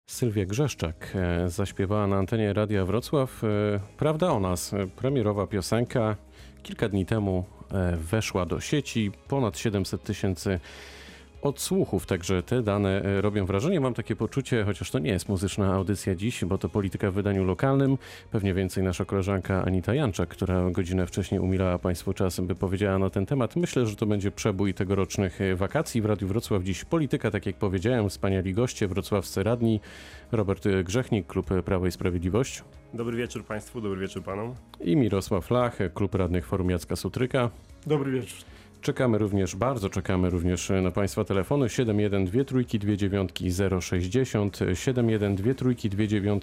Sylwia Grzeszczak zaśpiewała na antenie Radia Wrocław Prawda o nas. Premierowa piosenka kilka dni temu weszła do sieci. Ponad 700 000 odsłuchów, także te dane robią wrażenie. Mam takie poczucie, chociaż to nie jest muzyczna audycja dziś, bo to polityka w wydaniu lokalnym. Pewnie więcej nasza koleżanka Anita Janczak, która godzinę wcześniej umilała Państwu czas, by powiedziała na ten temat. Myślę, że to będzie przebój tegorocznych wakacji. W Radiu Wrocław dziś polityka, tak jak powiedziałem, wspaniali goście, wrocławscy radni. Robert Grzechnik, Klub Prawo i Sprawiedliwość. Dobry wieczór Państwu, dobry wieczór Panom. I Mirosław Lach, Klub Radnych Forum Jacka Sutryka. Dobry wieczór. Bardzo czekamy również na Państwa telefony 712 329 060, 712 329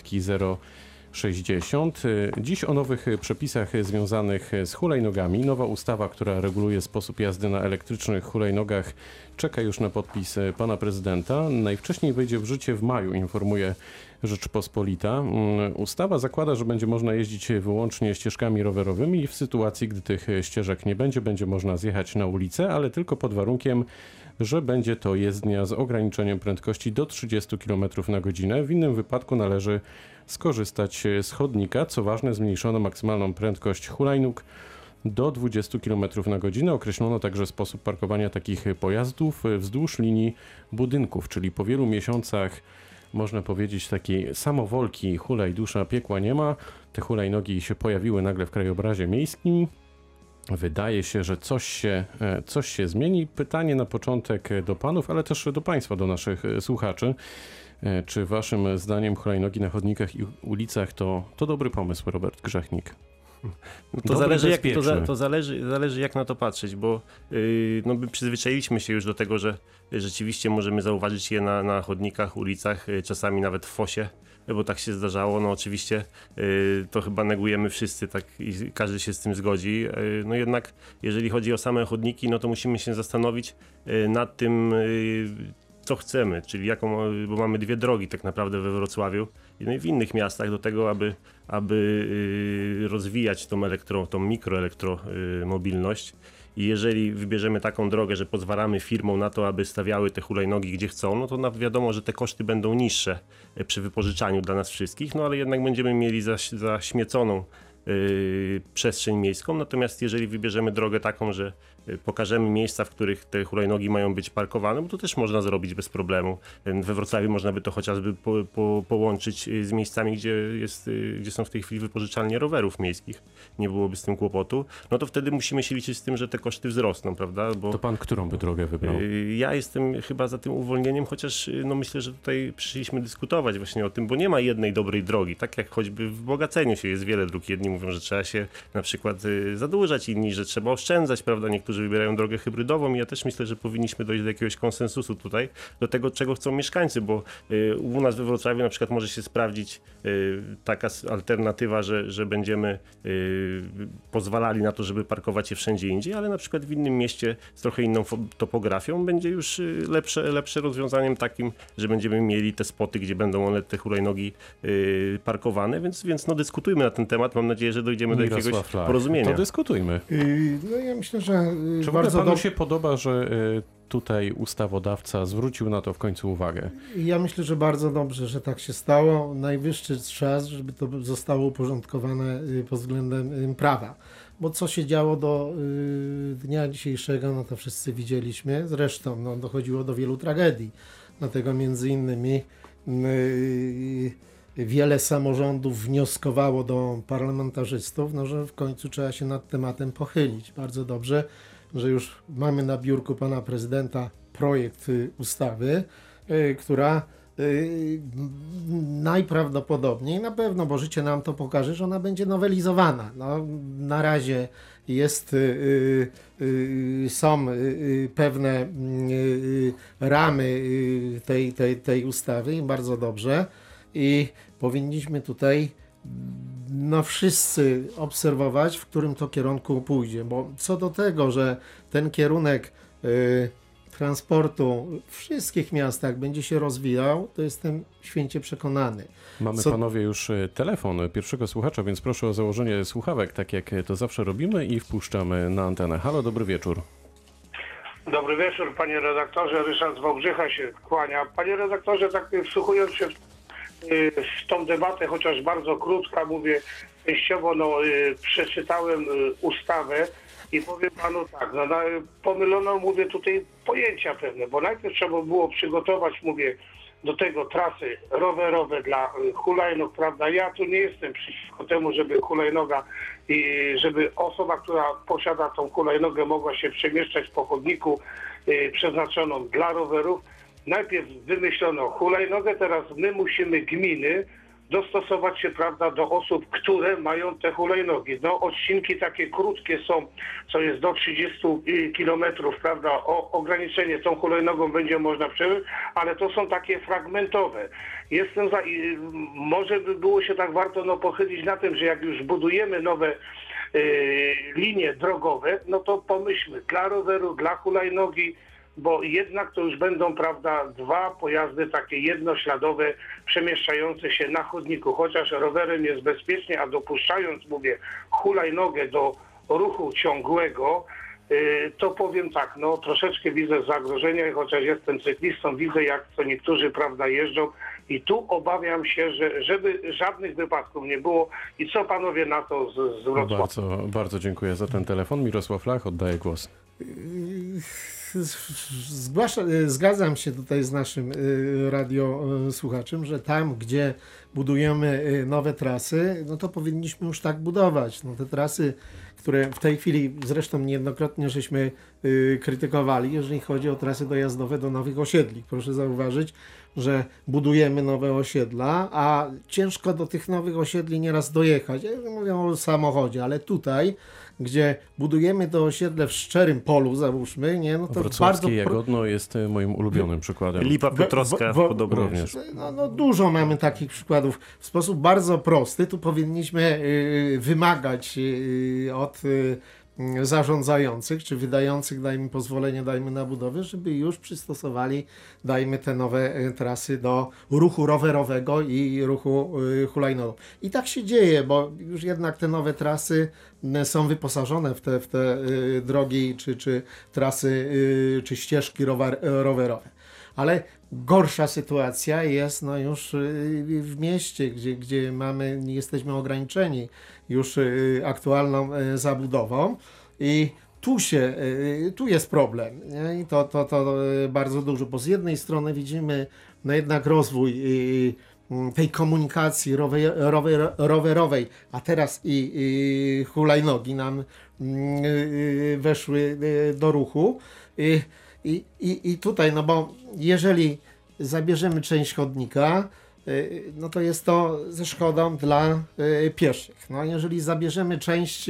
060. Dziś o nowych przepisach związanych z hulajnogami. Nowa ustawa, która reguluje sposób jazdy na elektrycznych hulajnogach, czeka już na podpis pana prezydenta. Najwcześniej wejdzie w życie w maju, informuje Rzeczpospolita. Ustawa zakłada, że będzie można jeździć wyłącznie ścieżkami rowerowymi i w sytuacji, gdy tych ścieżek nie będzie, będzie można zjechać na ulicę, ale tylko pod warunkiem, że będzie to jezdnia z ograniczeniem prędkości do 30 km na godzinę. W innym wypadku należy skorzystać z chodnika. Co ważne, zmniejszono maksymalną prędkość hulajnóg do 20 km na godzinę. Określono także sposób parkowania takich pojazdów wzdłuż linii budynków, czyli po wielu miesiącach, można powiedzieć, takiej samowolki hulaj dusza piekła nie ma. Te hulajnogi się pojawiły nagle w krajobrazie miejskim. Wydaje się, że coś się zmieni. Pytanie na początek do panów, ale też do państwa, do naszych słuchaczy. Czy waszym zdaniem hulajnogi na chodnikach i ulicach to dobry pomysł, Robert Grzechnik? No to zależy jak na to patrzeć, bo my przyzwyczailiśmy się już do tego, że rzeczywiście możemy zauważyć je na chodnikach, ulicach, czasami nawet w fosie, bo tak się zdarzało. No oczywiście to chyba negujemy wszyscy, tak, i każdy się z tym zgodzi. No jednak jeżeli chodzi o same chodniki, no to musimy się zastanowić nad tym, co chcemy, czyli bo mamy dwie drogi tak naprawdę we Wrocławiu i w innych miastach do tego, aby rozwijać tą mikroelektromobilność. I jeżeli wybierzemy taką drogę, że pozwalamy firmom na to, aby stawiały te hulajnogi gdzie chcą, no to wiadomo, że te koszty będą niższe przy wypożyczaniu dla nas wszystkich, no ale jednak będziemy mieli zaśmieconą przestrzeń miejską. Natomiast jeżeli wybierzemy drogę taką, że pokażemy miejsca, w których te hulajnogi mają być parkowane, bo to też można zrobić bez problemu. We Wrocławiu można by to chociażby połączyć z miejscami, gdzie są w tej chwili wypożyczalnie rowerów miejskich. Nie byłoby z tym kłopotu. No to wtedy musimy się liczyć z tym, że te koszty wzrosną, prawda? To pan którą by drogę wybrał? Ja jestem chyba za tym uwolnieniem, chociaż myślę, że tutaj przyszliśmy dyskutować właśnie o tym, bo nie ma jednej dobrej drogi. Tak jak choćby w bogaceniu się jest wiele dróg. Jedni mówią, że trzeba się na przykład zadłużać, inni, że trzeba oszczędzać, prawda? Niektórzy wybierają drogę hybrydową i ja też myślę, że powinniśmy dojść do jakiegoś konsensusu tutaj, do tego, czego chcą mieszkańcy, bo u nas we Wrocławiu na przykład może się sprawdzić taka alternatywa, że będziemy pozwalali na to, żeby parkować je wszędzie indziej, ale na przykład w innym mieście z trochę inną topografią będzie już lepsze rozwiązaniem takim, że będziemy mieli te spoty, gdzie będą one, te hulajnogi parkowane, więc dyskutujmy na ten temat. Mam nadzieję, że dojdziemy do jakiegoś porozumienia. To dyskutujmy. No ja myślę, że czy bardzo panu się podoba, że tutaj ustawodawca zwrócił na to w końcu uwagę? Ja myślę, że bardzo dobrze, że tak się stało. Najwyższy czas, żeby to zostało uporządkowane pod względem prawa. Bo co się działo do dnia dzisiejszego, no to wszyscy widzieliśmy. Zresztą dochodziło do wielu tragedii. Dlatego między innymi wiele samorządów wnioskowało do parlamentarzystów, że w końcu trzeba się nad tematem pochylić. Bardzo dobrze, że już mamy na biurku pana prezydenta projekt ustawy, która najprawdopodobniej, na pewno, bo życie nam to pokaże, że ona będzie nowelizowana. Na razie są pewne ramy tej ustawy i bardzo dobrze. I powinniśmy tutaj wszyscy obserwować, w którym to kierunku pójdzie, bo co do tego, że ten kierunek transportu w wszystkich miastach będzie się rozwijał, to jestem święcie przekonany. Mamy panowie już telefon pierwszego słuchacza, więc proszę o założenie słuchawek, tak jak to zawsze robimy, i wpuszczamy na antenę. Halo, dobry wieczór. Dobry wieczór, panie redaktorze. Ryszard z Wałbrzycha się kłania. Panie redaktorze, tak wsłuchując się w tą debatę, chociaż bardzo krótka, mówię, częściowo przeczytałem ustawę i powiem panu tak, pomylono, mówię, tutaj pojęcia pewne, bo najpierw trzeba było przygotować, mówię, do tego trasy rowerowe dla hulajnóg, prawda? Ja tu nie jestem przeciwko temu, żeby hulajnoga i żeby osoba, która posiada tą hulajnogę, mogła się przemieszczać po chodniku przeznaczoną dla rowerów. Najpierw wymyślono hulajnogę, teraz my musimy, gminy, dostosować się, prawda, do osób, które mają te hulajnogi. Odcinki takie krótkie są, co jest do 30 kilometrów, prawda, ograniczenie tą hulajnogą będzie można przebyć, ale to są takie fragmentowe. Jestem za, może by było się tak warto pochylić na tym, że jak już budujemy nowe linie drogowe, to pomyślmy dla roweru, dla hulajnogi, bo jednak to już będą, prawda, dwa pojazdy takie jednośladowe przemieszczające się na chodniku, chociaż rowerem jest bezpiecznie, a dopuszczając, mówię, hulajnogę do ruchu ciągłego, to powiem tak, troszeczkę widzę zagrożenia, chociaż jestem cyklistą, widzę jak to niektórzy, prawda, jeżdżą i tu obawiam się, że żeby żadnych wypadków nie było. I co panowie na to z Wrocławia? Bardzo, bardzo dziękuję za ten telefon. Mirosław Lach, oddaję głos. Zgadzam się tutaj z naszym radiosłuchaczem, że tam, gdzie budujemy nowe trasy, to powinniśmy już tak budować. Te trasy, które w tej chwili zresztą niejednokrotnie żeśmy krytykowali, jeżeli chodzi o trasy dojazdowe do nowych osiedli. Proszę zauważyć, że budujemy nowe osiedla, a ciężko do tych nowych osiedli nieraz dojechać. Ja mówię o samochodzie, ale tutaj, gdzie budujemy to osiedle w szczerym polu, załóżmy, to Wrocławskie Jagodno jest moim ulubionym przykładem. Lipa Piotrowska podobnie również. Dużo mamy takich przykładów. W sposób bardzo prosty tu powinniśmy wymagać od zarządzających, czy wydających, dajmy pozwolenie, dajmy na budowę, żeby już przystosowali, dajmy te nowe trasy do ruchu rowerowego i ruchu hulajnogowego. I tak się dzieje, bo już jednak te nowe trasy są wyposażone w te drogi, czy trasy, czy ścieżki rowerowe. Ale gorsza sytuacja jest jest w mieście, gdzie jesteśmy ograniczeni już aktualną zabudową i tu jest problem, nie? I to bardzo dużo, bo z jednej strony widzimy jednak rozwój tej komunikacji rowerowej, a teraz i hulajnogi nam weszły do ruchu. I tutaj, bo jeżeli zabierzemy część chodnika, to jest to ze szkodą dla pieszych. Jeżeli zabierzemy część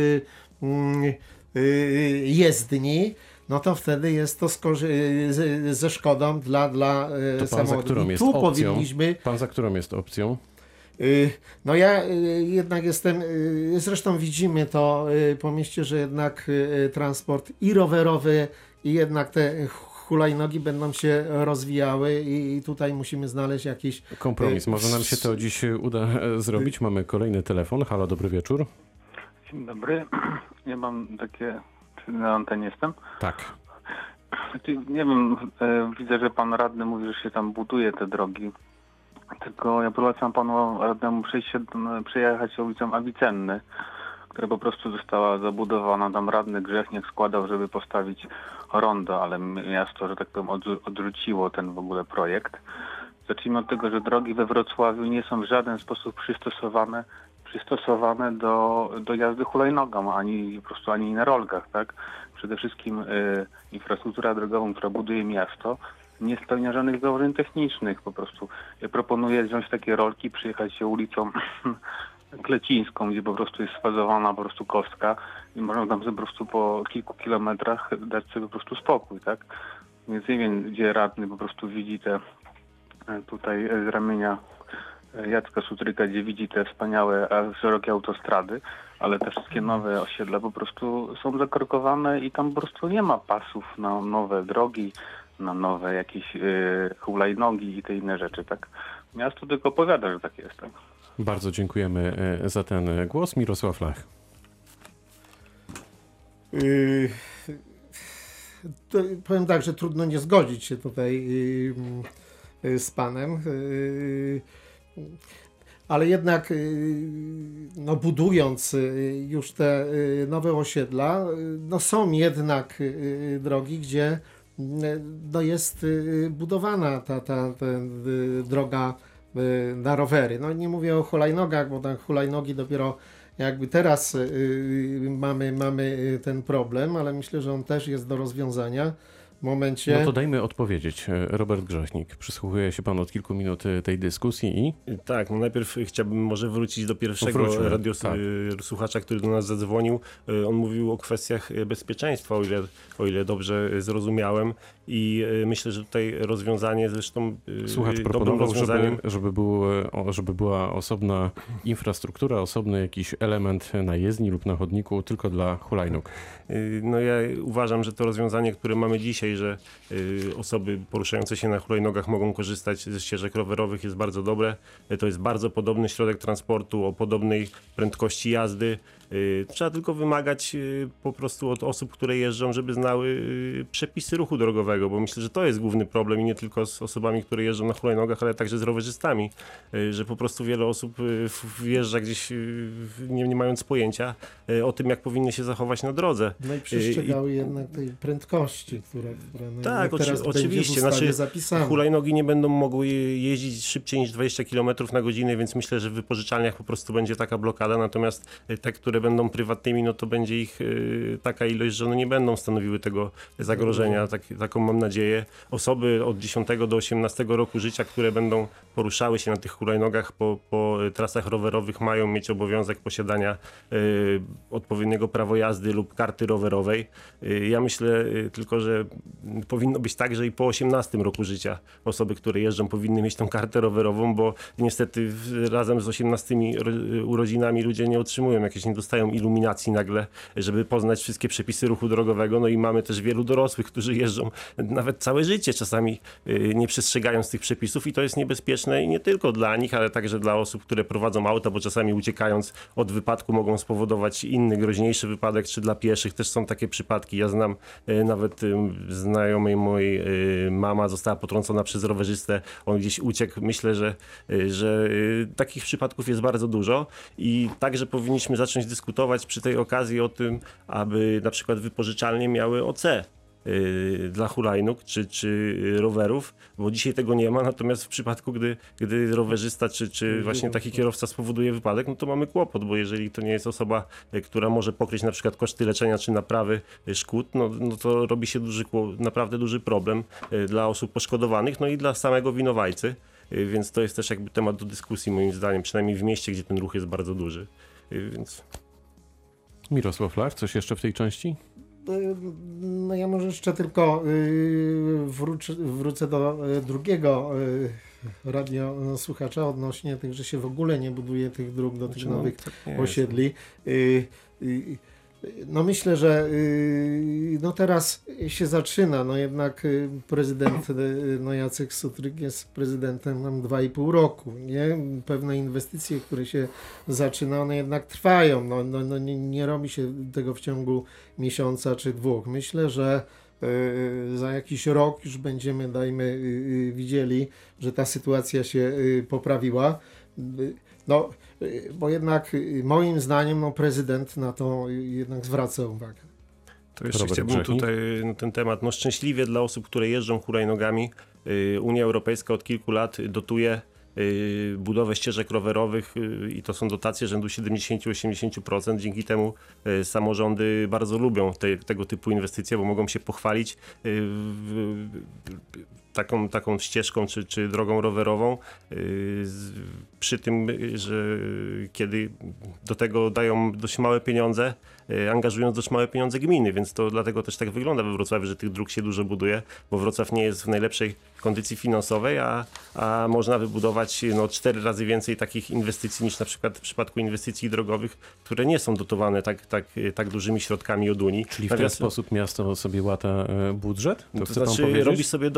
jezdni, to wtedy jest to ze szkodą dla samochodów. I tu powinniśmy... Pan za którą jest opcją? Ja jednak jestem, zresztą widzimy to po mieście, że jednak transport i rowerowy, i jednak te hulajnogi będą się rozwijały i tutaj musimy znaleźć jakiś kompromis. Może nam się to dziś uda zrobić. Mamy kolejny telefon. Halo, dobry wieczór. Dzień dobry. Ja mam takie... Czy na antenie jestem? Tak. Nie wiem, widzę, że pan radny mówi, że się tam buduje te drogi. Tylko ja polecam panu radnemu przejechać ulicą Avicenny, która po prostu została zabudowana. Tam radny Grzechniak składał, żeby postawić rondo, ale miasto, że tak powiem, odrzuciło ten w ogóle projekt. Zacznijmy od tego, że drogi we Wrocławiu nie są w żaden sposób przystosowane do jazdy hulajnogą, ani po prostu ani na rolkach, tak? Przede wszystkim infrastruktura drogową, która buduje miasto, nie spełnia żadnych założeń technicznych. Po prostu ja proponuję wziąć takie rolki, przyjechać się ulicą Klecińską, gdzie po prostu jest sfazowana po prostu kostka i można tam po prostu po kilku kilometrach dać sobie po prostu spokój, tak? Więc nie wiem, gdzie radny po prostu widzi te tutaj z ramienia Jacka Sutryka, gdzie widzi te wspaniałe, szerokie autostrady, ale te wszystkie nowe osiedla po prostu są zakorkowane i tam po prostu nie ma pasów na nowe drogi, na nowe jakieś hulajnogi i te inne rzeczy, tak? Miasto tylko powiada, że tak jest, tak? Bardzo dziękujemy za ten głos. Mirosław Lach. Powiem tak, że trudno nie zgodzić się tutaj z panem. Ale jednak no budując już te nowe osiedla, no są jednak drogi, gdzie no jest budowana ta droga na rowery. No nie mówię o hulajnogach, bo tam hulajnogi dopiero jakby teraz mamy ten problem, ale myślę, że on też jest do rozwiązania w momencie... No to dajmy odpowiedzieć. Robert Grześnik, przysłuchuje się pan od kilku minut tej dyskusji i... Tak, no najpierw chciałbym może wrócić do pierwszego słuchacza, który do nas zadzwonił. On mówił o kwestiach bezpieczeństwa, o ile dobrze zrozumiałem. I myślę, że tutaj rozwiązanie zresztą słuchacz proponował, żeby była osobna infrastruktura, osobny jakiś element na jezdni lub na chodniku tylko dla hulajnóg. No ja uważam, że to rozwiązanie, które mamy dzisiaj, że osoby poruszające się na hulajnogach mogą korzystać ze ścieżek rowerowych, jest bardzo dobre. To jest bardzo podobny środek transportu o podobnej prędkości jazdy. Trzeba tylko wymagać po prostu od osób, które jeżdżą, żeby znały przepisy ruchu drogowego, bo myślę, że to jest główny problem i nie tylko z osobami, które jeżdżą na hulajnogach, ale także z rowerzystami, że po prostu wiele osób wjeżdża gdzieś nie mając pojęcia o tym, jak powinny się zachować na drodze. No i przestrzegały jednak tej prędkości, która tak, teraz oczywiście. Hulajnogi nie będą mogły jeździć szybciej niż 20 km na godzinę, więc myślę, że w wypożyczalniach po prostu będzie taka blokada, natomiast te, które będą prywatnymi, no to będzie ich taka ilość, że one nie będą stanowiły tego zagrożenia, taką mam nadzieję. Osoby od 10 do 18 roku życia, które będą poruszały się na tych hulajnogach po trasach rowerowych, mają mieć obowiązek posiadania odpowiedniego prawa jazdy lub karty rowerowej. Ja myślę tylko, że powinno być tak, że i po 18 roku życia osoby, które jeżdżą, powinny mieć tą kartę rowerową, bo niestety razem z 18 urodzinami ludzie nie otrzymują jakieś, nie dostają iluminacji nagle, żeby poznać wszystkie przepisy ruchu drogowego. No i mamy też wielu dorosłych, którzy jeżdżą nawet całe życie, czasami nie przestrzegając tych przepisów i to jest niebezpieczne i nie tylko dla nich, ale także dla osób, które prowadzą auta, bo czasami uciekając od wypadku mogą spowodować inny, groźniejszy wypadek, czy dla pieszych też są takie przypadki. Ja znam nawet znajomej mojej mama została potrącona przez rowerzystę, on gdzieś uciekł. Myślę, że takich przypadków jest bardzo dużo i także powinniśmy zacząć dyskutować przy tej okazji o tym, aby na przykład wypożyczalnie miały OC dla hulajnóg czy rowerów, bo dzisiaj tego nie ma, natomiast w przypadku, gdy rowerzysta czy właśnie taki kierowca spowoduje wypadek, no to mamy kłopot, bo jeżeli to nie jest osoba, która może pokryć na przykład koszty leczenia czy naprawy szkód, no to robi się naprawdę duży problem dla osób poszkodowanych, no i dla samego winowajcy, więc to jest też jakby temat do dyskusji moim zdaniem, przynajmniej w mieście, gdzie ten ruch jest bardzo duży. Więc... Mirosław Lach, coś jeszcze w tej części? No ja może jeszcze tylko wrócę do drugiego radiosłuchacza odnośnie tych, że się w ogóle nie buduje tych dróg do tych nowych osiedli. No myślę, że no teraz się zaczyna, no jednak prezydent Jacek Sutryk jest prezydentem nam 2,5 roku, nie? Pewne inwestycje, które się zaczyna, one jednak trwają, no nie robi się tego w ciągu miesiąca czy 2. Myślę, że za jakiś rok już będziemy, widzieli, że ta sytuacja się poprawiła. No, bo jednak moim zdaniem prezydent na to jednak zwraca uwagę. To jeszcze chciałbym tutaj na ten temat, szczęśliwie dla osób, które jeżdżą hulajnogami, Unia Europejska od kilku lat dotuje budowę ścieżek rowerowych i to są dotacje rzędu 70-80%. Dzięki temu samorządy bardzo lubią tego typu inwestycje, bo mogą się pochwalić taką ścieżką czy drogą rowerową, przy tym, że kiedy do tego dają dość małe pieniądze, angażując dość małe pieniądze gminy, więc to dlatego też tak wygląda we Wrocławiu, że tych dróg się dużo buduje, bo Wrocław nie jest w najlepszej kondycji finansowej, a można wybudować 4 razy więcej takich inwestycji niż na przykład w przypadku inwestycji drogowych, które nie są dotowane tak dużymi środkami od Unii. Czyli w ten sposób miasto sobie łata budżet? To znaczy robi sobie dobry PR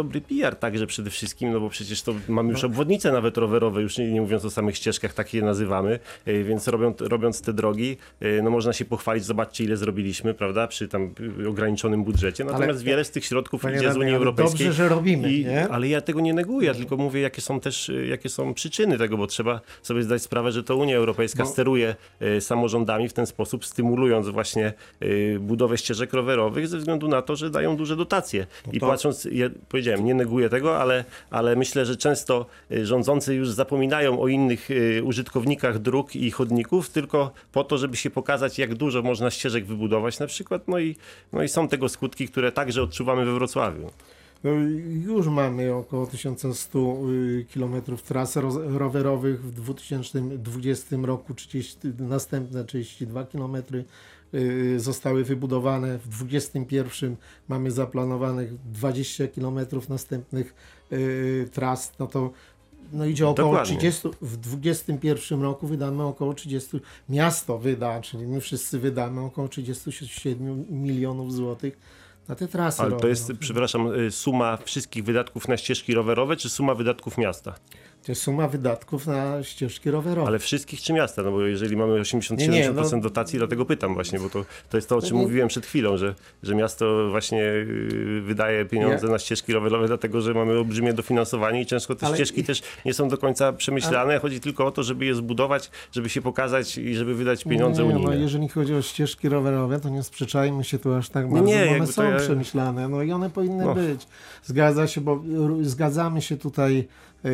PR także przede wszystkim, no bo przecież to mamy już obwodnice nawet rowerowe, już nie mówiąc o samych ścieżkach, tak je nazywamy, więc robiąc te drogi, no można się pochwalić, zobaczcie ile zrobiliśmy, prawda, przy tam ograniczonym budżecie, natomiast wiele z tych środków idzie z Unii Europejskiej. Dobrze, że robimy, nie? Ale ja tego nie neguję, ja tylko mówię, jakie są przyczyny tego, bo trzeba sobie zdać sprawę, że to Unia Europejska steruje samorządami w ten sposób, stymulując właśnie budowę ścieżek rowerowych ze względu na to, że dają duże dotacje. I płacząc, ja powiedziałem, nie neguję tego, ale myślę, że często rządzący już zapominają o innych użytkownikach dróg i chodników, tylko po to, żeby się pokazać, jak dużo można ścieżek wybudować na przykład. No i są tego skutki, które także odczuwamy we Wrocławiu. No, już mamy około 1100 km tras rowerowych, w 2020 roku następne 32 km zostały wybudowane, w 2021 mamy zaplanowanych 20 km następnych tras, no idzie około Dokładnie. 30, w 2021 roku wydamy około 30, miasto wyda, czyli my wszyscy wydamy około 37 milionów złotych na te trasy. Ale to jest, przepraszam, suma wszystkich wydatków na ścieżki rowerowe, czy suma wydatków miasta? To jest suma wydatków na ścieżki rowerowe. Ale wszystkich czy miasta? No bo jeżeli mamy 80-70% dotacji, dlatego pytam właśnie, bo to jest to, o czym mówiłem przed chwilą, że miasto właśnie wydaje pieniądze na ścieżki rowerowe, dlatego że mamy olbrzymie dofinansowanie i często te ścieżki też nie są do końca przemyślane. Chodzi tylko o to, żeby je zbudować, żeby się pokazać i żeby wydać pieniądze unijne. No jeżeli chodzi o ścieżki rowerowe, to nie sprzeczajmy się tu aż tak bardzo, bo one są przemyślane, no i one powinny być. Zgadza się, bo zgadzamy się tutaj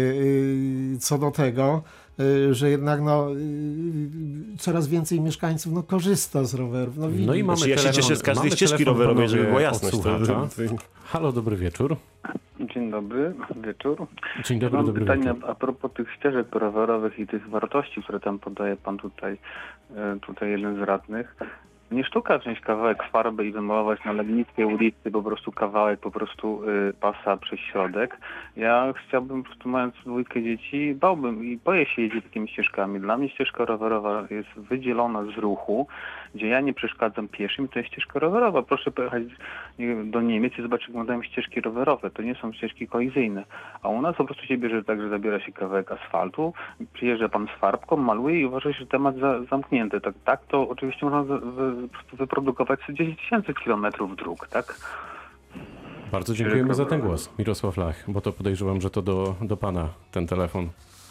co do tego, że jednak coraz więcej mieszkańców korzysta z rowerów. No i mamy ja się cieszę z każdej ścieżki rowerowej, żeby była jasność. Halo, dobry wieczór. Dzień dobry, wieczór. Dzień dobry, Mam dobry pytanie wieczór. a propos tych ścieżek rowerowych i tych wartości, które tam podaje pan tutaj jeden z radnych. Nie sztuka wziąć kawałek farby i wymalować na Legnickiej ulicy po prostu kawałek pasa przez środek. Ja chciałbym, po prostu mając dwójkę dzieci, bałbym i boję się jeździć takimi ścieżkami. Dla mnie ścieżka rowerowa jest wydzielona z ruchu, gdzie ja nie przeszkadzam pieszym, to jest ścieżka rowerowa. Proszę pojechać do Niemiec i zobaczyć, jak wyglądają ścieżki rowerowe. To nie są ścieżki kolizyjne. A u nas po prostu się bierze tak, że zabiera się kawałek asfaltu, przyjeżdża pan z farbką, maluje i uważa się, że temat zamknięty. Tak to oczywiście można po prostu wyprodukować 10 000 kilometrów dróg, tak? Bardzo dziękujemy za ten głos. Mirosław Lach, bo to podejrzewam, że to do pana ten telefon.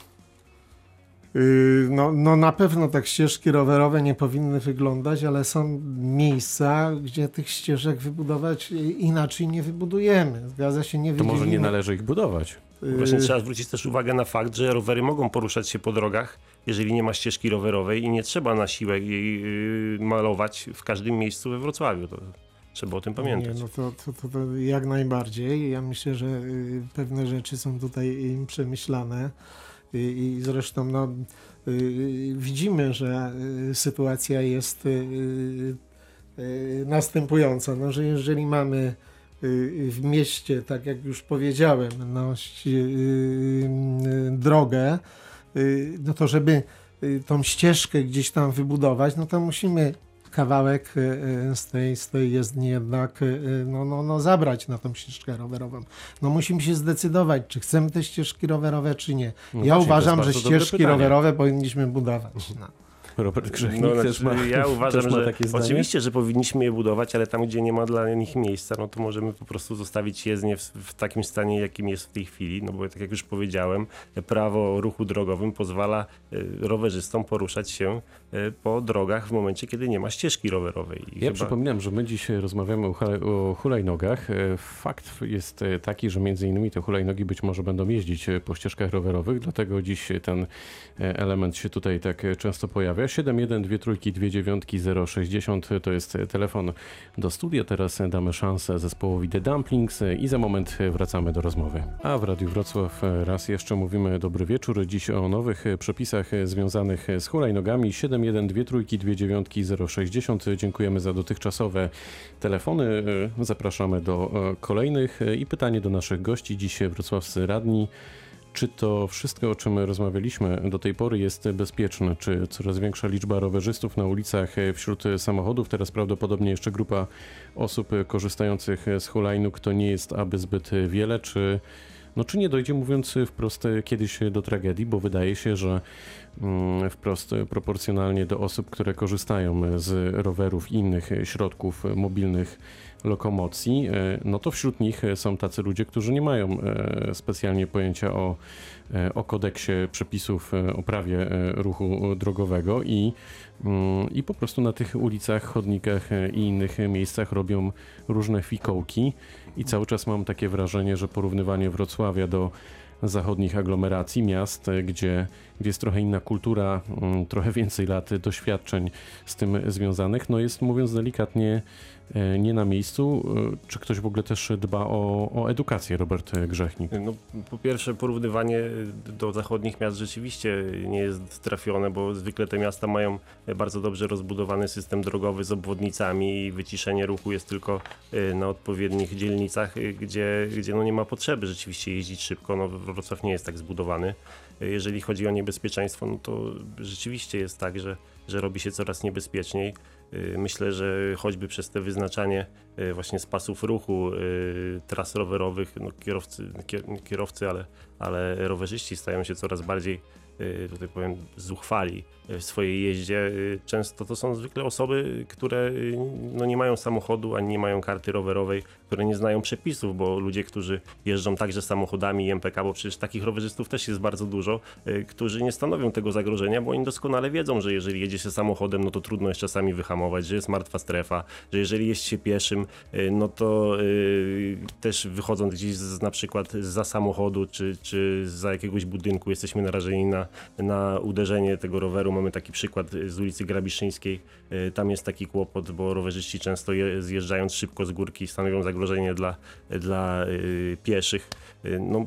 No na pewno tak ścieżki rowerowe nie powinny wyglądać, ale są miejsca, gdzie tych ścieżek wybudować inaczej nie wybudujemy. Zgadza się, nie wydzielimy. To może nie należy ich budować? Właśnie trzeba zwrócić też uwagę na fakt, że rowery mogą poruszać się po drogach, jeżeli nie ma ścieżki rowerowej i nie trzeba na siłę jej malować w każdym miejscu we Wrocławiu. To trzeba o tym pamiętać. Nie, no to jak najbardziej. Ja myślę, że pewne rzeczy są tutaj przemyślane i zresztą widzimy, że sytuacja jest następująca, że jeżeli mamy w mieście, tak jak już powiedziałem, drogę, no to żeby tą ścieżkę gdzieś tam wybudować, no to musimy kawałek z tej jezdni jednak zabrać na tą ścieżkę rowerową. No musimy się zdecydować, czy chcemy te ścieżki rowerowe, czy nie. No ja właśnie, uważam, że ścieżki rowerowe powinniśmy budować. Robert Grzechnik też ma, ja uważam, też ma że takie zdanie? oczywiście, że powinniśmy je budować, ale tam, gdzie nie ma dla nich miejsca, no to możemy po prostu zostawić jezdnię w takim stanie, jakim jest w tej chwili, no bo tak jak już powiedziałem, prawo o ruchu drogowym pozwala rowerzystom poruszać się po drogach w momencie, kiedy nie ma ścieżki rowerowej. Przypominam, że my dziś rozmawiamy o hulajnogach. Fakt jest taki, że między innymi te hulajnogi być może będą jeździć po ścieżkach rowerowych, dlatego dziś ten element się tutaj tak często pojawia. 71232929060 to jest telefon do studia. Teraz damy szansę zespołowi The Dumplings i za moment wracamy do rozmowy. A w Radiu Wrocław raz jeszcze mówimy dobry wieczór. Dziś o nowych przepisach związanych z hulajnogami. 71232929060. Dziękujemy za dotychczasowe telefony. Zapraszamy do kolejnych i pytanie do naszych gości. Dziś wrocławscy radni Czy to wszystko, o czym rozmawialiśmy do tej pory, jest bezpieczne? Czy coraz większa liczba rowerzystów na ulicach wśród samochodów? Teraz prawdopodobnie jeszcze grupa osób korzystających z hulajnóg to nie jest aby zbyt wiele. Czy nie dojdzie, mówiąc wprost, kiedyś do tragedii? Bo wydaje się, że wprost proporcjonalnie do osób, które korzystają z rowerów i innych środków mobilnych lokomocji, no to wśród nich są tacy ludzie, którzy nie mają specjalnie pojęcia o kodeksie przepisów o prawie ruchu drogowego i po prostu na tych ulicach, chodnikach i innych miejscach robią różne fikołki i cały czas mam takie wrażenie, że porównywanie Wrocławia do zachodnich aglomeracji, miast, gdzie jest trochę inna kultura, trochę więcej lat doświadczeń z tym związanych, no jest, mówiąc delikatnie, nie na miejscu. Czy ktoś w ogóle też dba o edukację, Robert Grzechnik? No, po pierwsze, porównywanie do zachodnich miast rzeczywiście nie jest trafione, bo zwykle te miasta mają bardzo dobrze rozbudowany system drogowy z obwodnicami i wyciszenie ruchu jest tylko na odpowiednich dzielnicach, gdzie no nie ma potrzeby rzeczywiście jeździć szybko. No, Wrocław nie jest tak zbudowany. Jeżeli chodzi o niebezpieczeństwo, no to rzeczywiście jest tak, że robi się coraz niebezpieczniej. Myślę, że choćby przez te wyznaczanie właśnie z pasów ruchu, tras rowerowych, no kierowcy, ale rowerzyści stają się coraz bardziej, tutaj powiem, zuchwali w swojej jeździe. Często to są zwykle osoby, które no nie mają samochodu, ani nie mają karty rowerowej, które nie znają przepisów, bo ludzie, którzy jeżdżą także samochodami i MPK, bo przecież takich rowerzystów też jest bardzo dużo, którzy nie stanowią tego zagrożenia, bo oni doskonale wiedzą, że jeżeli jedzie się samochodem, no to trudno jest czasami wyhamować, że jest martwa strefa, że jeżeli jest się pieszym, no to też wychodząc gdzieś na przykład zza samochodu, czy za jakiegoś budynku jesteśmy narażeni na uderzenie tego roweru. Mamy taki przykład z ulicy Grabiszyńskiej. Tam jest taki kłopot, bo rowerzyści często zjeżdżając szybko z górki stanowią zagrożenie dla pieszych. No,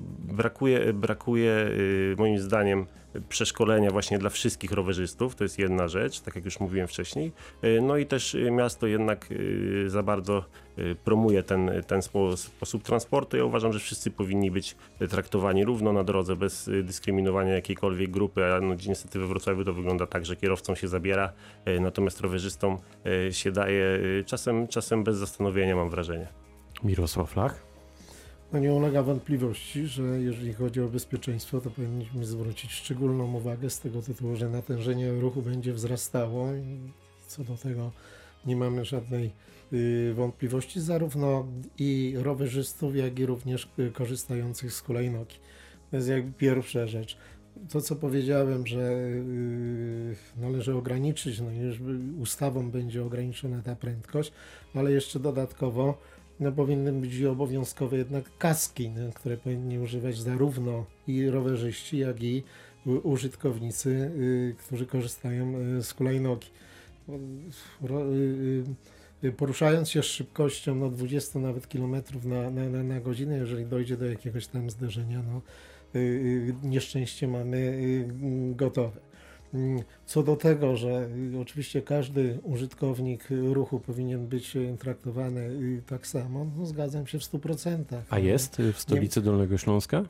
brakuje moim zdaniem przeszkolenia właśnie dla wszystkich rowerzystów, to jest jedna rzecz, tak jak już mówiłem wcześniej. No i też miasto jednak za bardzo promuje ten sposób transportu. Ja uważam, że wszyscy powinni być traktowani równo na drodze, bez dyskryminowania jakiejkolwiek grupy, a no, niestety we Wrocławiu to wygląda tak, że kierowcom się zabiera, natomiast rowerzystom się daje czasem bez zastanowienia, mam wrażenie. Mirosław Lach? No nie ulega wątpliwości, że jeżeli chodzi o bezpieczeństwo, to powinniśmy zwrócić szczególną uwagę z tego tytułu, że natężenie ruchu będzie wzrastało i co do tego nie mamy żadnej wątpliwości, zarówno i rowerzystów, jak i również korzystających z hulajnogi. To jest jakby pierwsza rzecz. To, co powiedziałem, że należy ograniczyć, no już ustawą będzie ograniczona ta prędkość, ale jeszcze dodatkowo powinny być obowiązkowe jednak kaski, które powinni używać zarówno i rowerzyści, jak i użytkownicy, którzy korzystają z hulajnogi. Poruszając się z szybkością 20 nawet kilometrów na godzinę, jeżeli dojdzie do jakiegoś tam zderzenia, nieszczęście mamy gotowe. Co do tego, że oczywiście każdy użytkownik ruchu powinien być traktowany tak samo, no zgadzam się w 100%. A jest w stolicy Dolnego Śląska?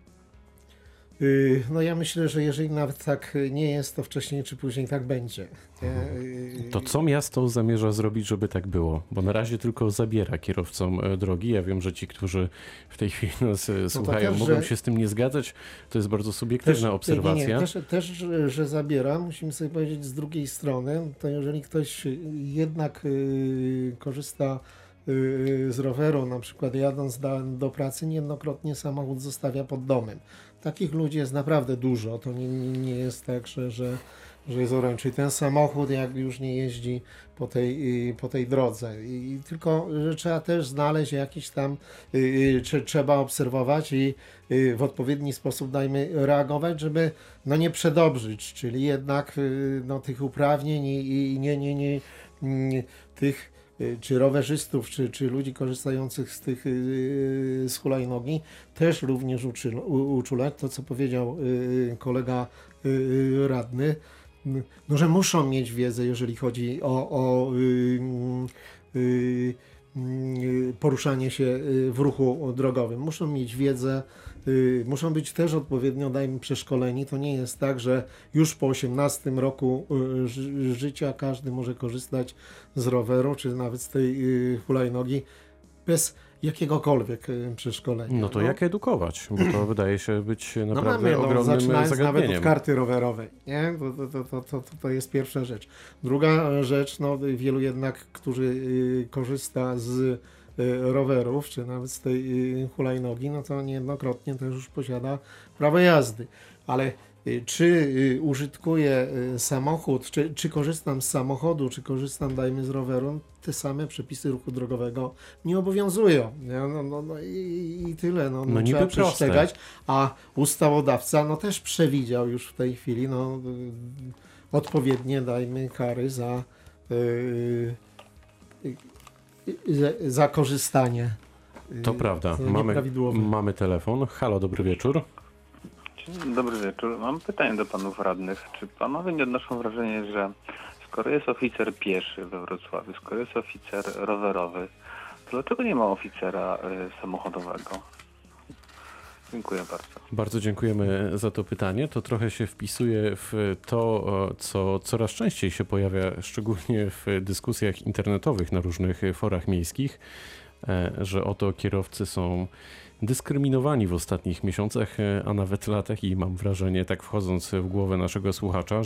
No ja myślę, że jeżeli nawet tak nie jest, to wcześniej czy później tak będzie. To co miasto zamierza zrobić, żeby tak było? Bo na razie tylko zabiera kierowcom drogi. Ja wiem, że ci, którzy w tej chwili nas słuchają, mogą się z tym nie zgadzać. To jest bardzo subiektywna obserwacja. Też, że zabiera. Musimy sobie powiedzieć z drugiej strony, to jeżeli ktoś jednak korzysta z roweru, na przykład jadąc do pracy, niejednokrotnie samochód zostawia pod domem. Takich ludzi jest naprawdę dużo. To nie jest tak, że jest oręcz. Czyli ten samochód jak już nie jeździ po tej drodze. I tylko, że trzeba też znaleźć jakiś tam, trzeba obserwować i w odpowiedni sposób reagować, żeby nie przedobrzyć, czyli jednak tych uprawnień i nie tych czy rowerzystów, czy ludzi korzystających z hulajnogi, też również uczulać. To, co powiedział kolega radny, że muszą mieć wiedzę, jeżeli chodzi o poruszanie się w ruchu drogowym. Muszą mieć wiedzę muszą być też odpowiednio, przeszkoleni. To nie jest tak, że już po 18 roku życia każdy może korzystać z roweru, czy nawet z tej hulajnogi bez jakiegokolwiek przeszkolenia. No to jak edukować? Bo to wydaje się być naprawdę mamy, ogromnym zaczynając nawet zagadnieniem. od karty rowerowej, nie? To jest pierwsza rzecz. Druga rzecz, wielu jednak, którzy korzysta z rowerów, czy nawet z tej hulajnogi, to niejednokrotnie też już posiada prawo jazdy. Ale czy użytkuję samochód, czy korzystam z samochodu, czy korzystam, z roweru, te same przepisy ruchu drogowego nie obowiązują. I tyle. Trzeba niby przestrzegać, a ustawodawca też przewidział już w tej chwili odpowiednie, kary za korzystanie. To prawda. Mamy telefon. Halo, dobry wieczór. Dobry wieczór. Mam pytanie do panów radnych. Czy panowie nie odnoszą wrażenia, że skoro jest oficer pieszy we Wrocławiu, skoro jest oficer rowerowy, to dlaczego nie ma oficera samochodowego? Dziękuję bardzo. Bardzo dziękujemy za to pytanie. To trochę się wpisuje w to, co coraz częściej się pojawia, szczególnie w dyskusjach internetowych na różnych forach miejskich, że oto kierowcy są dyskryminowani w ostatnich miesiącach, a nawet latach i mam wrażenie, tak wchodząc w głowę naszego słuchacza,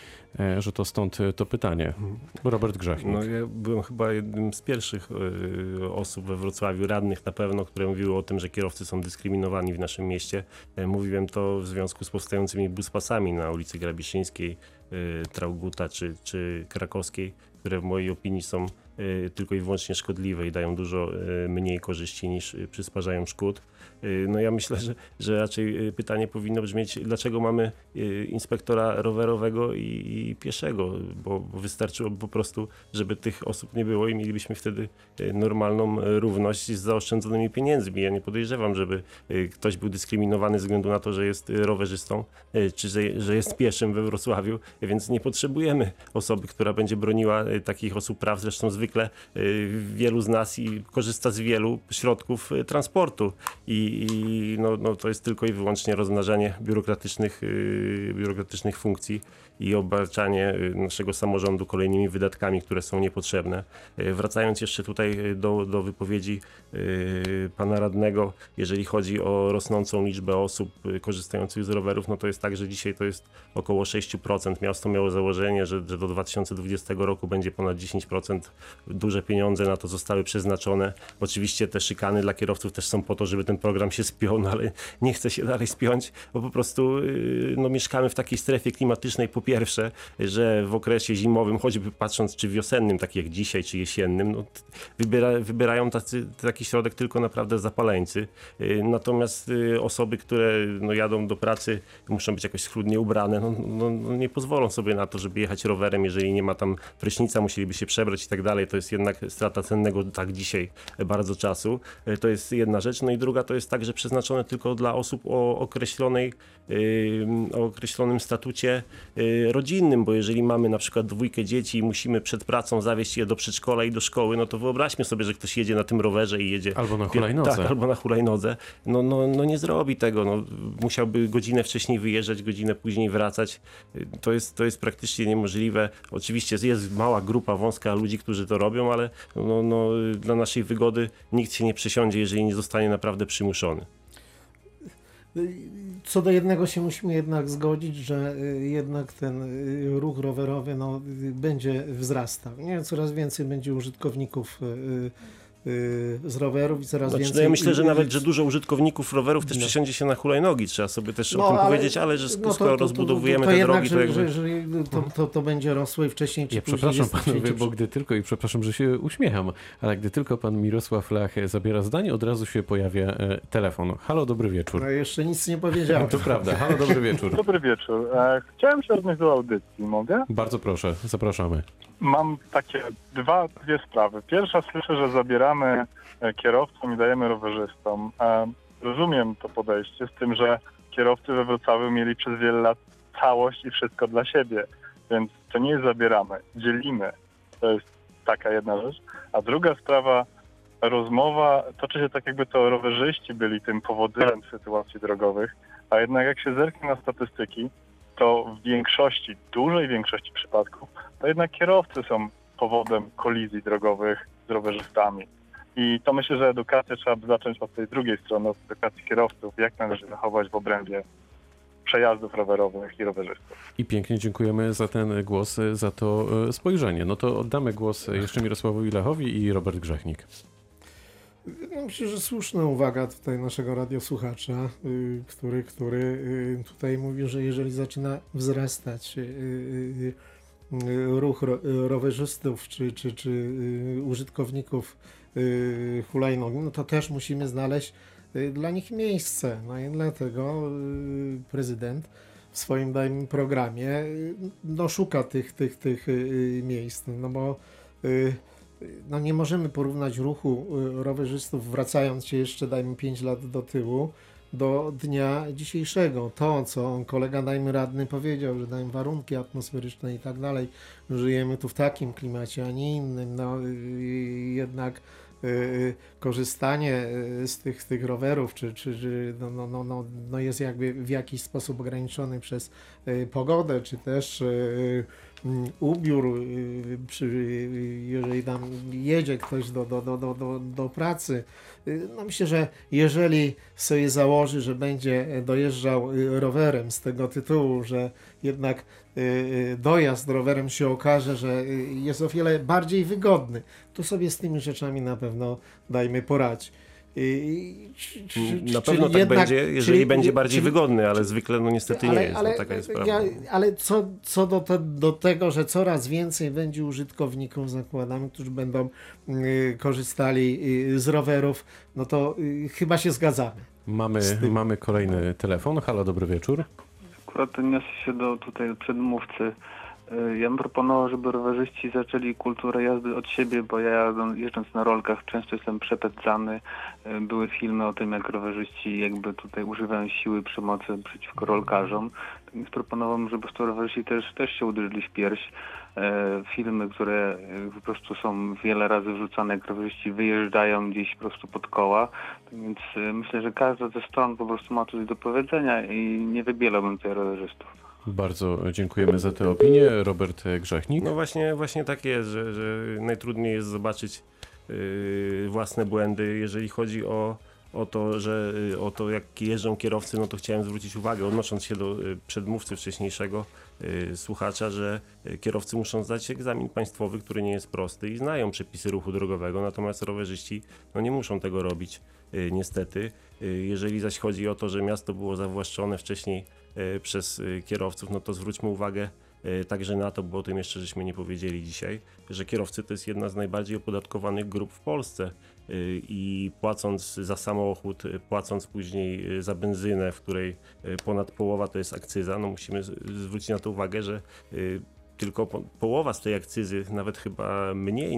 że to stąd to pytanie. Robert Grzechnik. Ja byłem chyba jednym z pierwszych osób we Wrocławiu, radnych na pewno, które mówiły o tym, że kierowcy są dyskryminowani w naszym mieście. Mówiłem to w związku z powstającymi buspasami na ulicy Grabiszyńskiej, Traugutta czy Krakowskiej, które w mojej opinii są tylko i wyłącznie szkodliwe i dają dużo mniej korzyści niż przysparzają szkód. Ja myślę, że raczej pytanie powinno brzmieć, dlaczego mamy inspektora rowerowego i pieszego, bo wystarczyłoby po prostu, żeby tych osób nie było i mielibyśmy wtedy normalną równość z zaoszczędzonymi pieniędzmi. Ja nie podejrzewam, żeby ktoś był dyskryminowany ze względu na to, że jest rowerzystą, czy że jest pieszym we Wrocławiu, więc nie potrzebujemy osoby, która będzie broniła takich osób praw. Zresztą zwykle wielu z nas korzysta z wielu środków transportu i to jest tylko i wyłącznie rozmnażanie biurokratycznych funkcji i obarczanie naszego samorządu kolejnymi wydatkami, które są niepotrzebne. Wracając jeszcze tutaj do wypowiedzi pana radnego, jeżeli chodzi o rosnącą liczbę osób korzystających z rowerów, to jest tak, że dzisiaj to jest około 6%. Miasto miało założenie, że do 2020 roku będzie ponad 10%. Duże pieniądze na to zostały przeznaczone. Oczywiście te szykany dla kierowców też są po to, żeby ten program się spiął, ale nie chce się dalej spiąć, bo po prostu mieszkamy w takiej strefie klimatycznej, po pierwsze, że w okresie zimowym, choćby patrząc czy wiosennym, tak jak dzisiaj, czy jesiennym, wybierają taki środek tylko naprawdę zapaleńcy. Natomiast osoby, które jadą do pracy, muszą być jakoś schludnie ubrane, nie pozwolą sobie na to, żeby jechać rowerem, jeżeli nie ma tam prysznica, musieliby się przebrać i tak dalej. To jest jednak strata cennego tak dzisiaj bardzo czasu. To jest jedna rzecz. I druga to jest także przeznaczone tylko dla osób o określonym statucie rodzinnym, bo jeżeli mamy na przykład 2 dzieci i musimy przed pracą zawieźć je do przedszkola i do szkoły, to wyobraźmy sobie, że ktoś jedzie na tym rowerze i jedzie... Albo na hulajnodze. Tak, albo na hulajnodze. Nie zrobi tego. Musiałby godzinę wcześniej wyjeżdżać, godzinę później wracać. To jest praktycznie niemożliwe. Oczywiście jest mała grupa wąska ludzi, którzy to robią, ale dla naszej wygody nikt się nie przesiądzie, jeżeli nie zostanie naprawdę przymuszony. Co do jednego się musimy jednak zgodzić, że jednak ten ruch rowerowy będzie wzrastał. Coraz więcej będzie użytkowników z rowerów i coraz więcej... Ja myślę, że nawet, że dużo użytkowników rowerów też przesiądzie się na hulajnogi. Trzeba sobie też o tym powiedzieć, ale że skoro rozbudowujemy te drogi, to będzie rosło i wcześniej czy później... Przepraszam panowie, bo przepraszam, że się uśmiecham, ale gdy tylko pan Mirosław Lach zabiera zdanie, od razu się pojawia telefon. Halo, dobry wieczór. Jeszcze nic nie powiedziałem. To prawda. Halo, dobry wieczór. Dobry wieczór. Chciałem się odnieść do audycji. Mogę? Bardzo proszę, zapraszamy. Mam takie dwie sprawy. Pierwsza, słyszę, że zabieramy kierowcom i dajemy rowerzystom. Rozumiem to podejście z tym, że kierowcy we Wrocławiu mieli przez wiele lat całość i wszystko dla siebie, więc to nie jest zabieramy, dzielimy. To jest taka jedna rzecz. A druga sprawa, rozmowa toczy się tak, jakby to rowerzyści byli tym powodyrem sytuacji drogowych, a jednak jak się zerknie na statystyki, to w większości, dużej większości przypadków, to jednak kierowcy są powodem kolizji drogowych z rowerzystami. I to myślę, że edukację trzeba by zacząć od tej drugiej strony, od edukacji kierowców, jak należy zachować w obrębie przejazdów rowerowych i rowerzystów. I pięknie dziękujemy za ten głos, za to spojrzenie. No to oddamy głos jeszcze Mirosławowi Lechowi i Robert Grzechnik. No, myślę, że słuszna uwaga tutaj naszego radiosłuchacza, który tutaj mówi, że jeżeli zaczyna wzrastać ruch rowerzystów czy użytkowników hulajnogi, no to też musimy znaleźć dla nich miejsce. No i dlatego prezydent w swoim programie szuka tych miejsc, no bo no nie możemy porównać ruchu rowerzystów, wracając się jeszcze 5 lat do tyłu, do dnia dzisiejszego. To, co kolega radny powiedział, że warunki atmosferyczne i tak dalej, żyjemy tu w takim klimacie, a nie innym, no jednak korzystanie z tych rowerów jest jakby w jakiś sposób ograniczony przez pogodę, czy też ubiór, jeżeli tam jedzie ktoś do pracy. No myślę, że jeżeli sobie założy, że będzie dojeżdżał rowerem z tego tytułu, że jednak dojazd rowerem się okaże, że jest o wiele bardziej wygodny, to sobie z tymi rzeczami na pewno poradzić. Na pewno tak będzie, jeżeli będzie bardziej wygodny, ale zwykle no niestety nie jest. Taka jest prawda. Ale co do tego, że coraz więcej będzie użytkowników, zakładamy, którzy będą korzystali z rowerów, no to chyba się zgadzamy. Mamy kolejny telefon. Halo, dobry wieczór. Akurat niosę się do tutaj przedmówcy. Ja bym proponował, żeby rowerzyści zaczęli kulturę jazdy od siebie, bo ja jeżdżąc na rolkach często jestem przepędzany. Były filmy o tym, jak rowerzyści jakby tutaj używają siły przemocy przeciwko rolkarzom. Więc proponowałbym, żeby po prostu rowerzyści też się uderzyli w pierś. Filmy, które po prostu są wiele razy wrzucane, jak rowerzyści wyjeżdżają gdzieś po prostu pod koła. Więc myślę, że każda ze stron po prostu ma coś do powiedzenia i nie wybielałbym tutaj rowerzystów. Bardzo dziękujemy za tę opinię. Robert Grzechnik. No właśnie tak jest, że najtrudniej jest zobaczyć własne błędy, jeżeli chodzi o to, jak jeżdżą kierowcy, no to chciałem zwrócić uwagę, odnosząc się do przedmówcy wcześniejszego słuchacza, że kierowcy muszą zdać egzamin państwowy, który nie jest prosty i znają przepisy ruchu drogowego, natomiast rowerzyści no nie muszą tego robić niestety. Jeżeli zaś chodzi o to, że miasto było zawłaszczone wcześniej przez kierowców, no to zwróćmy uwagę także na to, bo o tym jeszcze żeśmy nie powiedzieli dzisiaj, że kierowcy to jest jedna z najbardziej opodatkowanych grup w Polsce i płacąc za samochód, płacąc później za benzynę, w której ponad połowa to jest akcyza, no musimy zwrócić na to uwagę, że tylko połowa z tej akcyzy, nawet chyba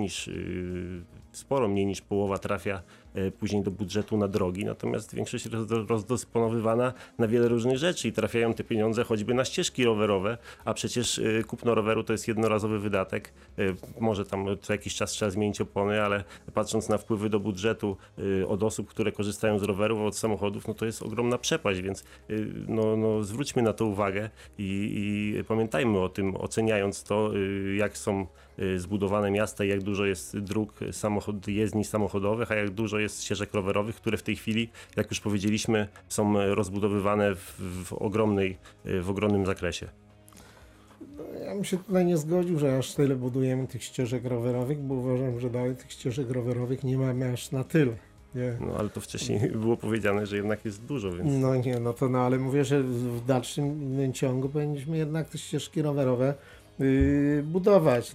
sporo mniej niż połowa trafia później do budżetu na drogi, natomiast większość rozdysponowywana na wiele różnych rzeczy i trafiają te pieniądze choćby na ścieżki rowerowe, a przecież kupno roweru to jest jednorazowy wydatek, może tam co jakiś czas trzeba zmienić opony, ale patrząc na wpływy do budżetu od osób, które korzystają z rowerów, od samochodów, no to jest ogromna przepaść, więc no zwróćmy na to uwagę i pamiętajmy o tym, oceniając to, jak są zbudowane miasta i jak dużo jest dróg jezdni samochodowych, a jak dużo jest ścieżek rowerowych, które w tej chwili, jak już powiedzieliśmy, są rozbudowywane w ogromnym zakresie. Ja bym się tutaj nie zgodził, że aż tyle budujemy tych ścieżek rowerowych, bo uważam, że dalej tych ścieżek rowerowych nie mamy aż na tyle. Nie. No ale to wcześniej było powiedziane, że jednak jest dużo, więc... Ale mówię, że w dalszym ciągu powinniśmy jednak te ścieżki rowerowe budować,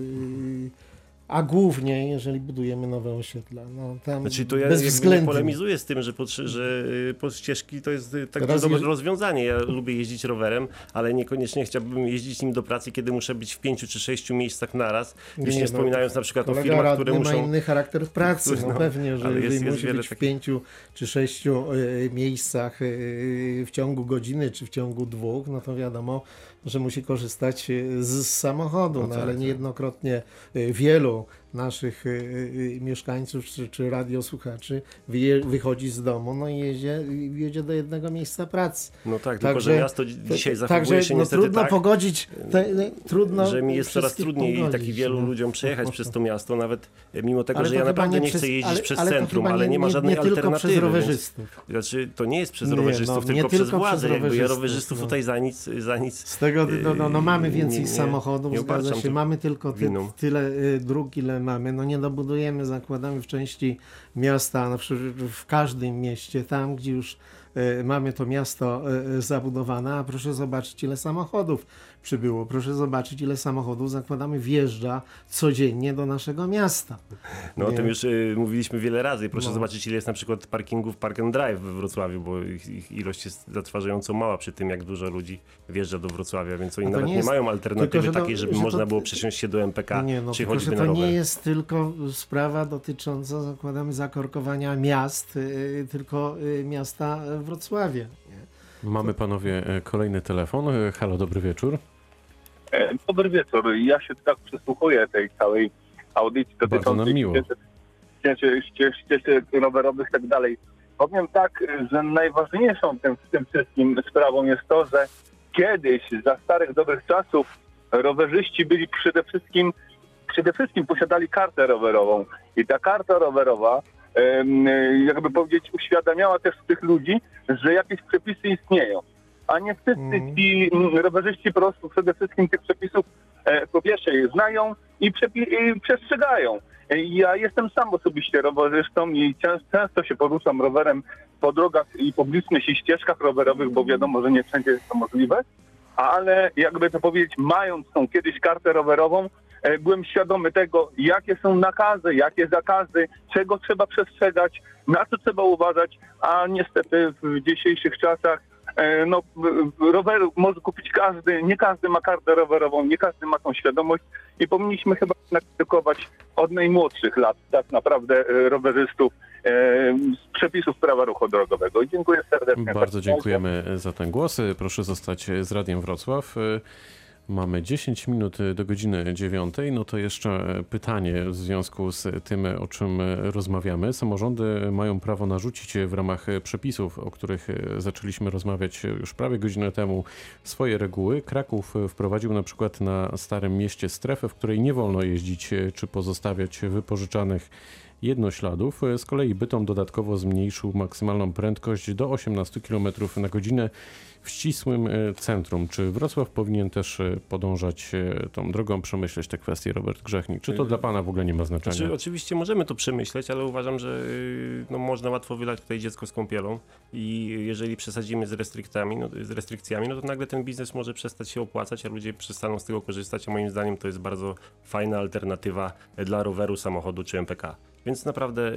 a głównie jeżeli budujemy nowe osiedla. Tam znaczy to ja nie polemizuję z tym, że ścieżki to jest takie dobre rozwiązanie. Ja lubię jeździć rowerem, ale niekoniecznie chciałbym jeździć nim do pracy, kiedy muszę być w 5 czy 6 miejscach naraz, już nie wspominając na przykład o firmach, które muszą... ma inny charakter w pracy, pewnie, że jeżeli musi być w 5 czy 6 miejscach w ciągu godziny czy w ciągu 2, no to wiadomo, że musi korzystać z samochodu, ale niejednokrotnie wielu naszych mieszkańców czy radiosłuchaczy wychodzi z domu, no i jedzie do jednego miejsca pracy. No tak, tylko że miasto dzisiaj zachowuje się niestety trudno tak, pogodzić, trudno że mi jest coraz trudniej pogodzić, taki wielu ludziom przejechać przez to miasto, nawet mimo tego, ale że ja naprawdę nie chcę jeździć przez centrum, ale nie ma żadnej alternatywy. Tylko przez rowerzystów. Znaczy, to nie jest przez rowerzystów, tylko przez władzę. Ja rowerzystów tutaj za nic. Z tego mamy więcej samochodów, zgadza się, mamy tylko tyle dróg, ile mamy. No nie dobudujemy, zakładamy w części miasta, w każdym mieście, tam gdzie już mamy to miasto zabudowane, a proszę zobaczyć, ile samochodów przybyło. Proszę zobaczyć, ile samochodów, zakładamy, wjeżdża codziennie do naszego miasta. No o tym już mówiliśmy wiele razy. Proszę zobaczyć, ile jest na przykład parkingów Park and Drive we Wrocławiu, bo ich ilość jest zatrważająco mała przy tym, jak dużo ludzi wjeżdża do Wrocławia, więc oni nawet nie mają alternatywy takiej, żeby można było przesiąść się do MPK, czy choćby na rower. To nie jest tylko sprawa dotycząca, zakładamy, zakorkowania miast, tylko miasta Wrocławia. Mamy panowie kolejny telefon. Halo, dobry wieczór. Dobry wieczór. Ja się tak przysłuchuję tej całej audycji dotyczącej ścieżek rowerowych i tak dalej. Powiem tak, że najważniejszą w tym wszystkim sprawą jest to, że kiedyś, za starych dobrych czasów, rowerzyści byli przede wszystkim posiadali kartę rowerową. I ta karta rowerowa, jakby powiedzieć, uświadamiała też tych ludzi, że jakieś przepisy istnieją. A nie wszyscy ci rowerzyści po prostu przede wszystkim tych przepisów po pierwsze je znają i przestrzegają. Ja jestem sam osobiście rowerzystą i często się poruszam rowerem po drogach i pobliżnych i ścieżkach rowerowych, bo wiadomo, że nie wszędzie jest to możliwe. Ale jakby to powiedzieć, mając tą kiedyś kartę rowerową, byłem świadomy tego, jakie są nakazy, jakie zakazy, czego trzeba przestrzegać, na co trzeba uważać, a niestety w dzisiejszych czasach rower może kupić każdy, nie każdy ma kartę rowerową, nie każdy ma tą świadomość i powinniśmy chyba edukować od najmłodszych lat tak naprawdę rowerzystów z przepisów prawa ruchu drogowego. Dziękuję serdecznie. Bardzo dziękujemy za ten głos. Proszę zostać z Radiem Wrocław. Mamy 10 minut do godziny 9. No to jeszcze pytanie w związku z tym, o czym rozmawiamy. Samorządy mają prawo narzucić w ramach przepisów, o których zaczęliśmy rozmawiać już prawie godzinę temu, swoje reguły. Kraków wprowadził na przykład na Starym Mieście strefę, w której nie wolno jeździć czy pozostawiać wypożyczanych jednośladów. Z kolei Bytom dodatkowo zmniejszył maksymalną prędkość do 18 km na godzinę w ścisłym centrum. Czy Wrocław powinien też podążać tą drogą, przemyśleć te kwestie, Robert Grzechnik? Czy to dla pana w ogóle nie ma znaczenia? Znaczy, oczywiście możemy to przemyśleć, ale uważam, że można łatwo wylać tutaj dziecko z kąpielą i jeżeli przesadzimy z restrykcjami, no to nagle ten biznes może przestać się opłacać, a ludzie przestaną z tego korzystać, a moim zdaniem to jest bardzo fajna alternatywa dla roweru, samochodu czy MPK. Więc naprawdę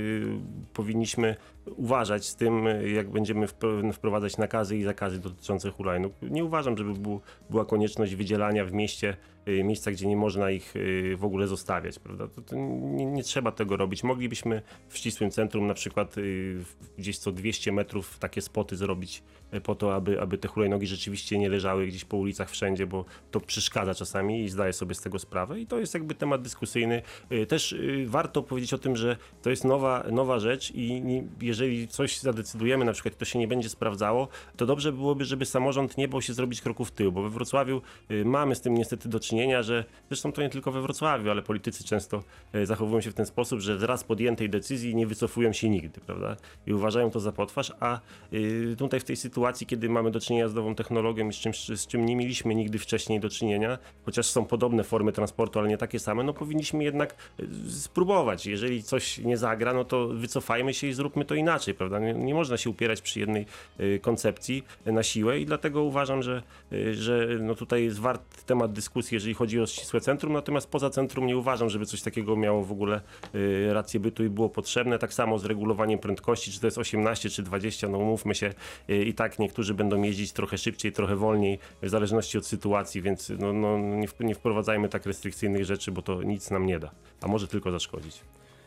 powinniśmy uważać z tym, jak będziemy wprowadzać nakazy i zakazy dotyczące hulajnóg. Nie uważam, żeby była konieczność wydzielania w mieście miejsca, gdzie nie można ich w ogóle zostawiać, prawda? To nie trzeba tego robić. Moglibyśmy w ścisłym centrum na przykład gdzieś co 200 metrów takie spoty zrobić po to, aby te hulajnogi rzeczywiście nie leżały gdzieś po ulicach wszędzie, bo to przeszkadza czasami i zdaję sobie z tego sprawę i to jest jakby temat dyskusyjny. Też warto powiedzieć o tym, że to jest nowa rzecz i jeżeli coś zadecydujemy, na przykład to się nie będzie sprawdzało, to dobrze byłoby, żeby samorząd nie bał się zrobić kroku w tył, bo we Wrocławiu mamy z tym niestety do czynienia, że zresztą to nie tylko we Wrocławiu, ale politycy często zachowują się w ten sposób, że z raz podjętej decyzji nie wycofują się nigdy, prawda? I uważają to za potwarz, a tutaj w tej sytuacji, kiedy mamy do czynienia z nową technologią i z czym nie mieliśmy nigdy wcześniej do czynienia, chociaż są podobne formy transportu, ale nie takie same, no powinniśmy jednak spróbować. Jeżeli coś nie zagra, no to wycofajmy się i zróbmy to inaczej, prawda? Nie można się upierać przy jednej koncepcji na siłę i dlatego uważam, że no tutaj jest wart temat dyskusji, jeżeli chodzi o ścisłe centrum, natomiast poza centrum nie uważam, żeby coś takiego miało w ogóle rację bytu i było potrzebne. Tak samo z regulowaniem prędkości, czy to jest 18 czy 20, no umówmy się, i tak niektórzy będą jeździć trochę szybciej, trochę wolniej, w zależności od sytuacji, więc nie wprowadzajmy tak restrykcyjnych rzeczy, bo to nic nam nie da, a może tylko zaszkodzić.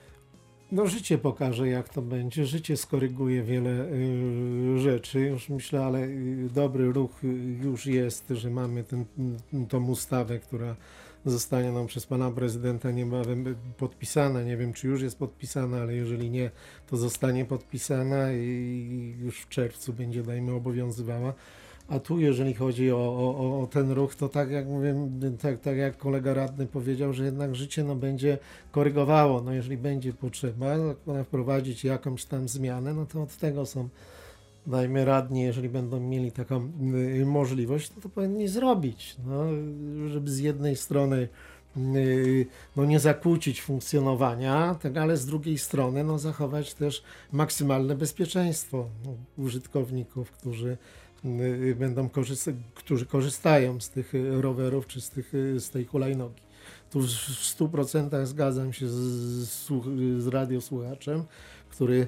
No życie pokaże, jak to będzie. Życie skoryguje wiele rzeczy. Już myślę, ale dobry ruch już jest, że mamy tą ustawę, która zostanie nam przez pana prezydenta niebawem podpisana. Nie wiem, czy już jest podpisana, ale jeżeli nie, to zostanie podpisana i już w czerwcu będzie, dajmy, obowiązywała. A tu, jeżeli chodzi o ten ruch, to tak jak mówię, tak jak kolega radny powiedział, że jednak życie będzie korygowało. Jeżeli będzie potrzeba wprowadzić jakąś tam zmianę, to od tego są, dajmy, radni, jeżeli będą mieli taką możliwość, to powinni zrobić. Żeby z jednej strony nie zakłócić funkcjonowania, ale z drugiej strony zachować też maksymalne bezpieczeństwo użytkowników, którzy korzystają z tych rowerów czy z tej hulajnogi. Tu w 100% zgadzam się z radiosłuchaczem, który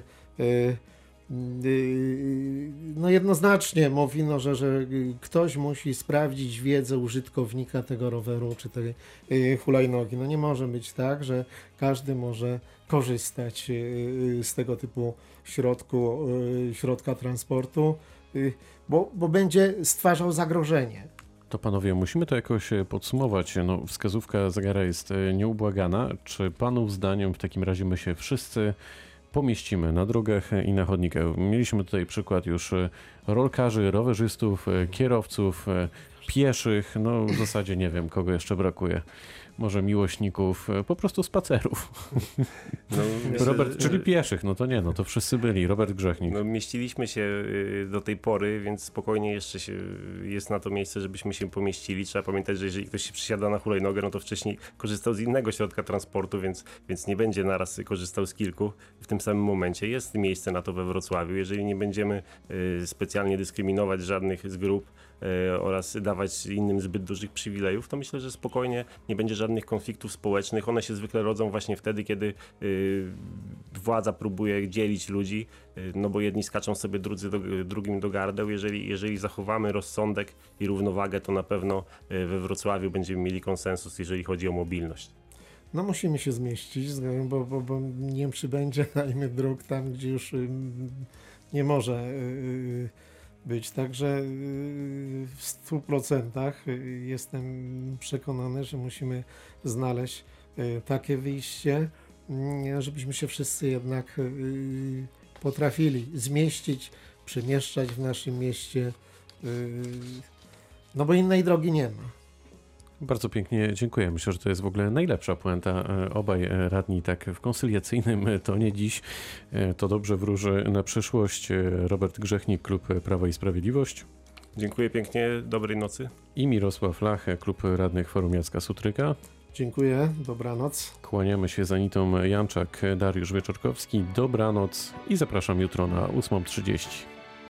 jednoznacznie mówi, że ktoś musi sprawdzić wiedzę użytkownika tego roweru czy tej hulajnogi. Nie może być tak, że każdy może korzystać z tego typu środka transportu, bo będzie stwarzał zagrożenie. To panowie, musimy to jakoś podsumować. Wskazówka zegara jest nieubłagana. Czy panów zdaniem w takim razie my się wszyscy pomieścimy na drogach i na chodnikach? Mieliśmy tutaj przykład już rolkarzy, rowerzystów, kierowców, pieszych, w zasadzie nie wiem, kogo jeszcze brakuje. Może miłośników, po prostu spacerów. Robert, czyli pieszych, to wszyscy byli. Robert Grzechnik. Mieściliśmy się do tej pory, więc spokojnie jeszcze jest na to miejsce, żebyśmy się pomieścili. Trzeba pamiętać, że jeżeli ktoś się przysiada na hulajnogę, to wcześniej korzystał z innego środka transportu, więc nie będzie naraz korzystał z kilku w tym samym momencie. Jest miejsce na to we Wrocławiu. Jeżeli nie będziemy specjalnie dyskryminować żadnych z grup oraz dawać innym zbyt dużych przywilejów, to myślę, że spokojnie nie będzie żadnych konfliktów społecznych. One się zwykle rodzą właśnie wtedy, kiedy władza próbuje dzielić ludzi, bo jedni skaczą sobie, drudzy drugim do gardeł. Jeżeli zachowamy rozsądek i równowagę, to na pewno we Wrocławiu będziemy mieli konsensus, jeżeli chodzi o mobilność. Musimy się zmieścić, bo nie przybędzie dróg tam, gdzie już nie może być. Także w 100% jestem przekonany, że musimy znaleźć takie wyjście, żebyśmy się wszyscy jednak potrafili zmieścić, przemieszczać w naszym mieście, bo innej drogi nie ma. Bardzo pięknie dziękuję. Myślę, że to jest w ogóle najlepsza puenta. Obaj radni tak w koncyliacyjnym tonie dziś. To dobrze wróży na przyszłość. Robert Grzechnik, Klub Prawo i Sprawiedliwość. Dziękuję pięknie, dobrej nocy. I Mirosław Lach, Klub Radnych Forum Jacka Sutryka. Dziękuję, dobranoc. Kłaniamy się z Anitą Janczak, Dariusz Wieczorkowski. Dobranoc i zapraszam jutro na 8:30.